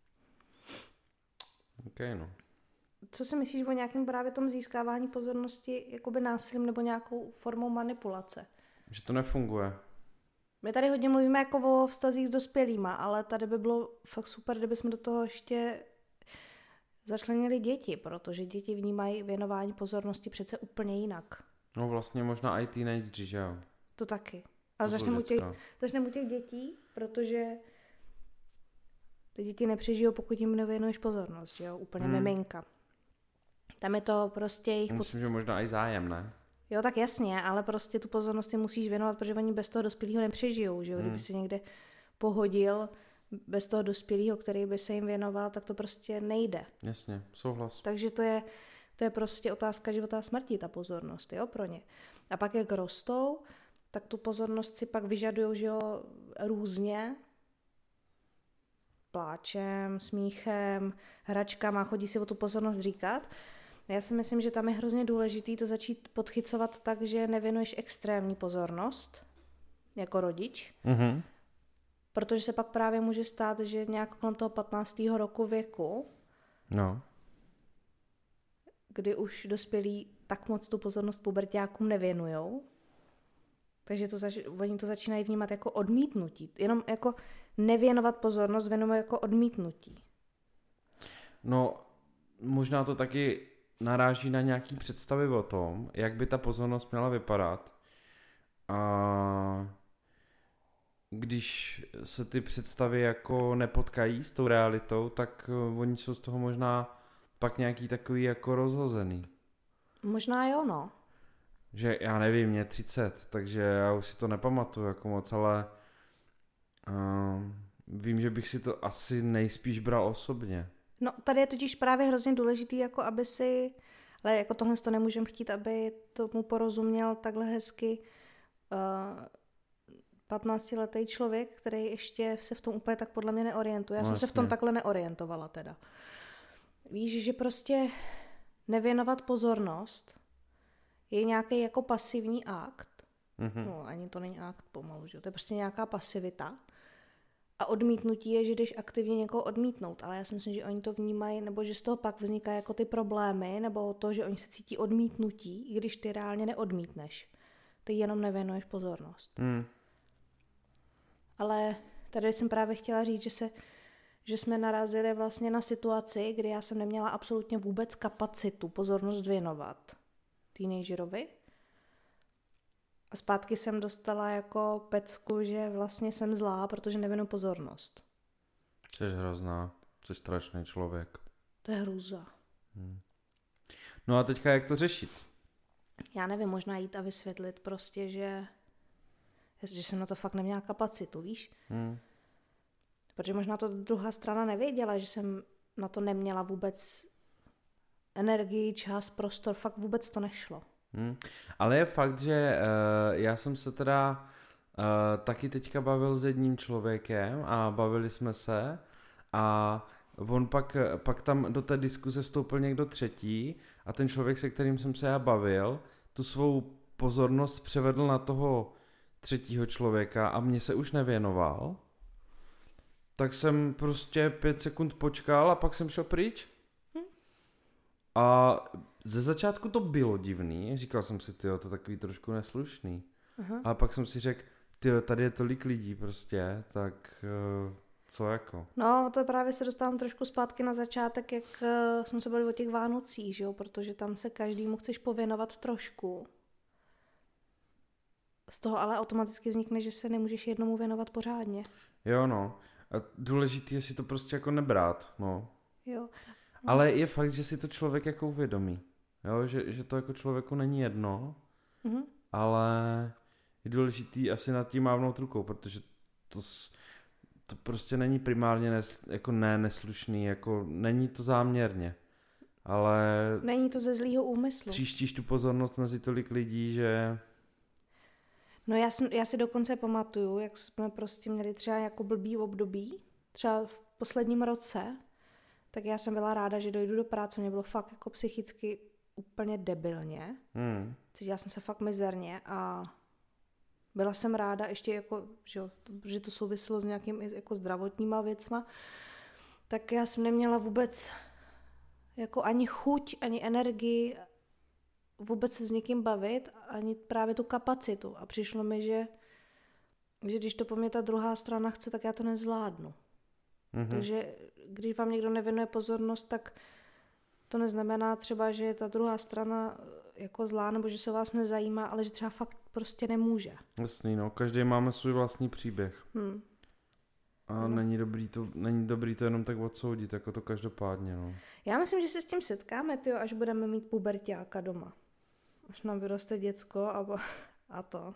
Okay, no. Co si myslíš o nějakém právě tom získávání pozornosti jakoby násilím nebo nějakou formou manipulace? Že to nefunguje. My tady hodně mluvíme jako o vztazích s dospělýma, ale tady by bylo fakt super, kdybychom do toho ještě začlenili děti, protože děti vnímají věnování pozornosti přece úplně jinak. No vlastně možná i teenageři, že jo? To taky. A To začneme u, těch, děcka. začneme u těch dětí, protože ty děti nepřežijou, pokud jim nevěnuješ pozornost, že jo? Úplně Hmm. miminka. Tam je to prostě jejich... Myslím, že možná i zájem, ne? Jo, tak jasně, ale prostě tu pozornost jim musíš věnovat, protože oni bez toho dospělého nepřežijou, že jo? Kdyby Hmm. si někde pohodil bez toho dospělého, který by se jim věnoval, tak to prostě nejde. Jasně, souhlas. Takže to je, to je prostě otázka života a smrti, ta pozornost, jo, pro ně. A pak jak rostou, tak tu pozornost si pak vyžadují, že jo, různě, pláčem, smíchem, hračkama, chodí si o tu pozornost říkat. Já si myslím, že tam je hrozně důležitý to začít podchycovat tak, že nevěnuješ extrémní pozornost jako rodič, Mhm. protože se pak právě může stát, že nějak kolem toho patnáctého roku věku, No. kdy už dospělí tak moc tu pozornost puberťákům nevěnujou, takže to zač- oni to začínají vnímat jako odmítnutí. Jenom jako nevěnovat pozornost věnovat jako odmítnutí. No, možná to taky naráží na nějaký představy o tom, jak by ta pozornost měla vypadat. A když se ty představy jako nepotkají s tou realitou, tak uh, oni jsou z toho možná pak nějaký takový jako rozhozený. Možná jo, no. Že já nevím, mě třicet, takže já už si to nepamatuju jako moc, ale uh, vím, že bych si to asi nejspíš bral osobně. No, tady je totiž právě hrozně důležitý, jako aby si, ale jako tohle to nemůžeme chtít, aby tomu porozuměl takhle hezky uh, patnáctiletý člověk, který ještě se v tom úplně tak podle mě neorientuje. Já No, jsem jasně. se v tom takhle neorientovala teda. Víš, že prostě nevěnovat pozornost je nějaký jako pasivní akt. Mm-hmm. No, ani to není akt pomalu, že? To je prostě nějaká pasivita. A odmítnutí je, že jdeš aktivně někoho odmítnout, ale já si myslím, že oni to vnímají, nebo že z toho pak vznikají jako ty problémy, nebo to, že oni se cítí odmítnutí, i když ty reálně neodmítneš. Ty jenom nevěnuješ pozornost. Mm. Ale tady jsem právě chtěla říct, že, se, že jsme narazili vlastně na situaci, kdy já jsem neměla absolutně vůbec kapacitu pozornost věnovat teenagerovi. A zpátky jsem dostala jako pecku, že vlastně jsem zlá, protože nevěnu pozornost. Jsi hrozná, jsi strašný člověk. To je hrůza. Hmm. No a teďka jak to řešit? Já nevím, možná jít a vysvětlit prostě, že, že jsem na to fakt neměla kapacitu, víš? Hmm. Protože možná to druhá strana nevěděla, že jsem na to neměla vůbec energii, čas, prostor, fakt vůbec to nešlo. Hmm. Ale je fakt, že uh, já jsem se teda uh, taky teďka bavil s jedním člověkem a bavili jsme se a on pak, pak tam do té diskuze vstoupil někdo třetí a ten člověk, se kterým jsem se já bavil, tu svou pozornost převedl na toho třetího člověka a mě se už nevěnoval. Tak jsem prostě pět sekund počkal a pak jsem šel pryč. Hm. A ze začátku to bylo divný, říkal jsem si, tyjo, to je takový trošku neslušný. Aha. A pak jsem si řekl, tyjo, tady je tolik lidí prostě, tak uh, co jako? No, to právě se dostávám trošku zpátky na začátek, jak uh, jsme se bavili o těch Vánocích, že jo? Protože tam se každému chceš pověnovat trošku. Z toho ale automaticky vznikne, že se nemůžeš jednomu věnovat pořádně. Jo, no. A důležitý je si to prostě jako nebrát, no. Jo. Ale je fakt, že si to člověk jako uvědomí. Jo, že, že to jako člověku není jedno, Mhm. ale je důležitý asi nad tím mávnout rukou, protože to, to prostě není primárně nes, jako ne neslušný, jako není to záměrně, ale Není to ze zlýho úmyslu. tříštíš tu pozornost mezi tolik lidí, že... No já, jsem, já si dokonce pamatuju, jak jsme prostě měli třeba jako blbý období, třeba v posledním roce, tak já jsem byla ráda, že dojdu do práce, mě bylo fakt jako psychicky úplně debilně, Hmm. cítila jsem se fakt mizerně a byla jsem ráda ještě jako, že, jo, že to souviselo s nějakými jako zdravotníma věcma, tak já jsem neměla vůbec jako ani chuť, ani energii vůbec se s někým bavit, ani právě tu kapacitu. A přišlo mi, že, že když to po mně ta druhá strana chce, tak já to nezvládnu. Mhm. Takže když vám někdo nevěnuje pozornost, tak to neznamená třeba, že je ta druhá strana jako zlá, nebo že se vás nezajímá, ale že třeba fakt prostě nemůže. Jasný, no, každý máme svůj vlastní příběh. Hmm. A No. není dobrý to, není dobrý to jenom tak odsoudit, jako to každopádně, no. Já myslím, že se s tím setkáme, tyjo, až budeme mít puberťáka doma. Až nám vyroste děcko a, a to.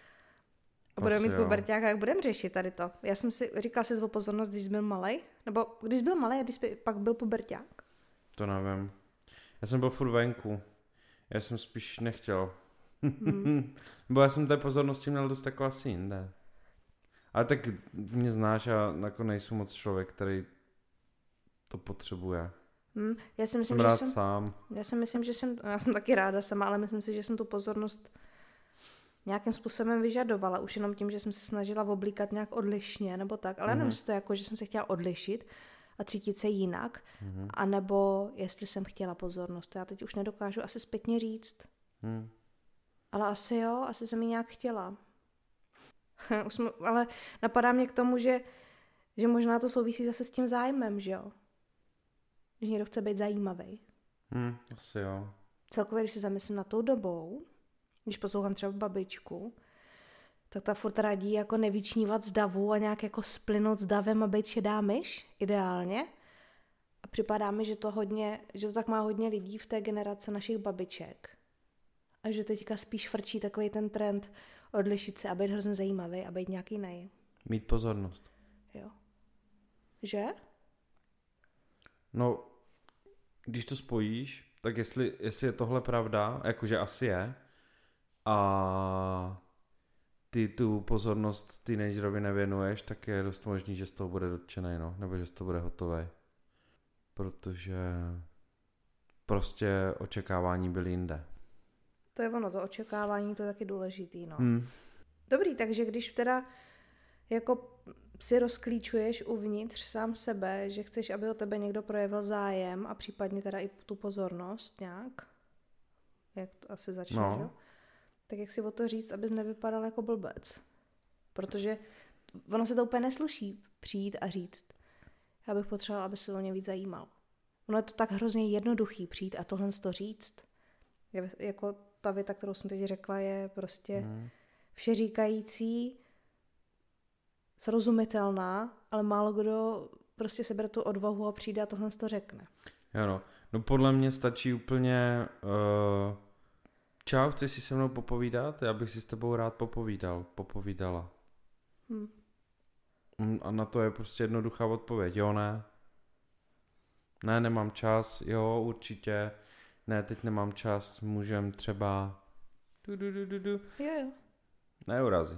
A budeme Asi mít jo. puberťáka, jak budeme řešit tady to. Já jsem si, říkala jsi o pozornost, když jsi byl malej? Nebo když jsi byl malej a když jsi pak byl puberťák? To nevím. Já jsem byl furt venku. Já jsem spíš nechtěl. Hmm. Bo já jsem té pozornosti měl dost jako asi jinde. Ale tak mě znáš a jako nejsem moc člověk, který to potřebuje. Hmm. Já si myslím, Jsem že rád jsem, sám. já si myslím, že jsem, já jsem taky ráda sama, ale myslím si, že jsem tu pozornost nějakým způsobem vyžadovala, už jenom tím, že jsem se snažila oblíkat nějak odlišně, nebo tak, ale Mhm. nevím, jestli to jako, že jsem se chtěla odlišit a cítit se jinak, Mhm. anebo jestli jsem chtěla pozornost. To já teď už nedokážu asi zpětně říct. Hm. Ale asi jo, asi jsem ji nějak chtěla. Už jsme, ale napadá mě k tomu, že, že možná to souvisí zase s tím zájmem, že jo? Že někdo chce být zajímavý. Hm, asi jo. Celkově, když si zamyslím na tou dobou, když poslouchám třeba babičku, tak ta furt radí jako nevyčnívat z davu a nějak jako splynout s davem a být šedá myš, ideálně. A připadá mi, že to hodně, že to tak má hodně lidí v té generaci našich babiček. A že teďka spíš frčí takový ten trend odlišit se a být hrozně zajímavý a být nějaký nej. Mít pozornost. Jo. Že? No, když to spojíš, tak jestli, jestli je tohle pravda, jakože asi je, a ty tu pozornost teenagerovi nevěnuješ, tak je dost možný, že z toho bude dotčený, no, nebo že z toho bude hotový. Protože prostě očekávání byly jinde. To je ono, to očekávání, to je taky důležitý, no. Hmm. Dobrý, takže když teda jako si rozklíčuješ uvnitř sám sebe, že chceš, aby o tebe někdo projevil zájem a případně teda i tu pozornost nějak, jak to asi začne, no. že? Tak jak si o to říct, abys nevypadal jako blbec. Protože ono se to úplně nesluší přijít a říct. Já bych potřebovala, aby se o ně víc zajímal. Ono je to tak hrozně jednoduchý přijít a tohle to říct. Je, jako ta věta, kterou jsem teď řekla, je prostě hmm. všeříkající, srozumitelná, ale málo kdo prostě sebere tu odvahu a přijde a tohle to řekne. Jo no. No podle mě stačí úplně uh, čau, chceš si se mnou popovídat? Já bych si s tebou rád popovídal, popovídala. Hmm. A na to je prostě jednoduchá odpověď. Jo, ne. Ne, nemám čas. Jo, určitě. Ne, teď nemám čas. Můžem třeba... Du, du, du, du, du. Jo, jo. Neurazí.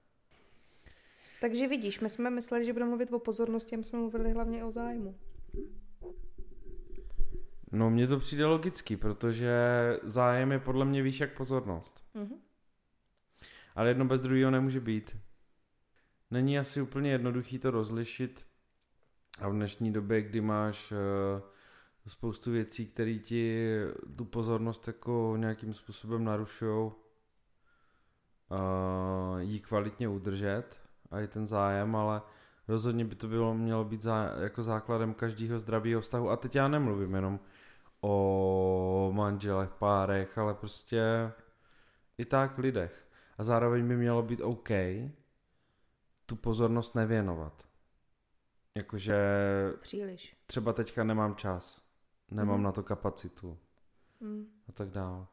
Takže vidíš, my jsme mysleli, že budeme mluvit o pozornosti a my jsme mluvili hlavně o zájmu. No, mně to přijde logicky, protože zájem je podle mě výš jak pozornost. Mm-hmm. Ale jedno bez druhého nemůže být. Není asi úplně jednoduchý to rozlišit a v dnešní době, kdy máš uh, spoustu věcí, které ti tu pozornost jako nějakým způsobem narušujou, uh, jí kvalitně udržet a i ten zájem, ale rozhodně by to bylo, mělo být zá, jako základem každého zdravého vztahu. A teď já nemluvím jenom o manželech, párech, ale prostě i tak lidech. A zároveň by mělo být OK tu pozornost nevěnovat. Jakože příliš. Třeba teďka nemám čas, nemám mm. na to kapacitu mm. a tak dále.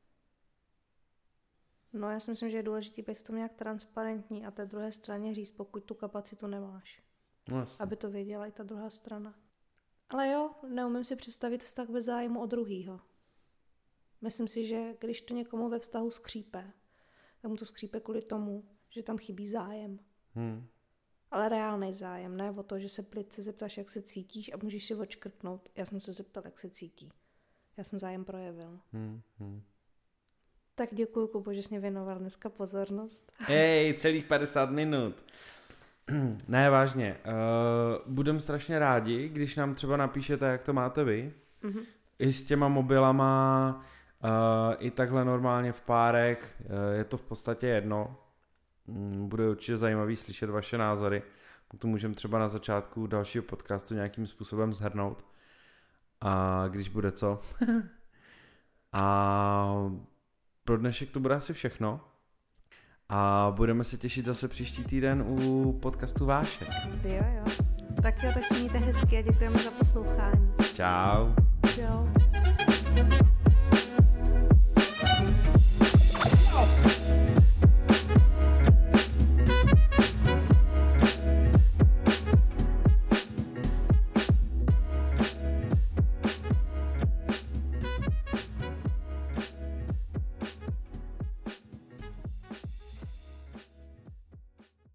No já si myslím, že je důležité být v tom nějak transparentní a té druhé straně říct, pokud tu kapacitu nemáš. No jasně. Aby to věděla i ta druhá strana. Ale jo, neumím si představit vztah bez zájmu o druhýho. Myslím si, že když to někomu ve vztahu skřípe, tak mu to skřípe kvůli tomu, že tam chybí zájem. Hmm. Ale reálný zájem, ne o to, že se plytce zeptáš, jak se cítíš a můžeš si odškrtnout. Já jsem se zeptal, jak se cítí. Já jsem zájem projevil. Hmm. Hmm. Tak děkuju, Kubo, že jsi mě věnoval dneska pozornost. Hej, celých padesát minut. Ne, vážně. Uh, budem strašně rádi, když nám třeba napíšete, jak to máte vy. Mm-hmm. I s těma mobilama, uh, i takhle normálně v párech. Uh, je to v podstatě jedno. Um, bude určitě zajímavý slyšet vaše názory. To můžeme třeba na začátku dalšího podcastu nějakým způsobem shrnout. A když bude co. A pro dnešek to bude asi všechno. A budeme se těšit zase příští týden u podcastu Vášek. Jo, jo. Tak jo, tak se mějte hezky a děkujeme za poslouchání. Čau. Čau.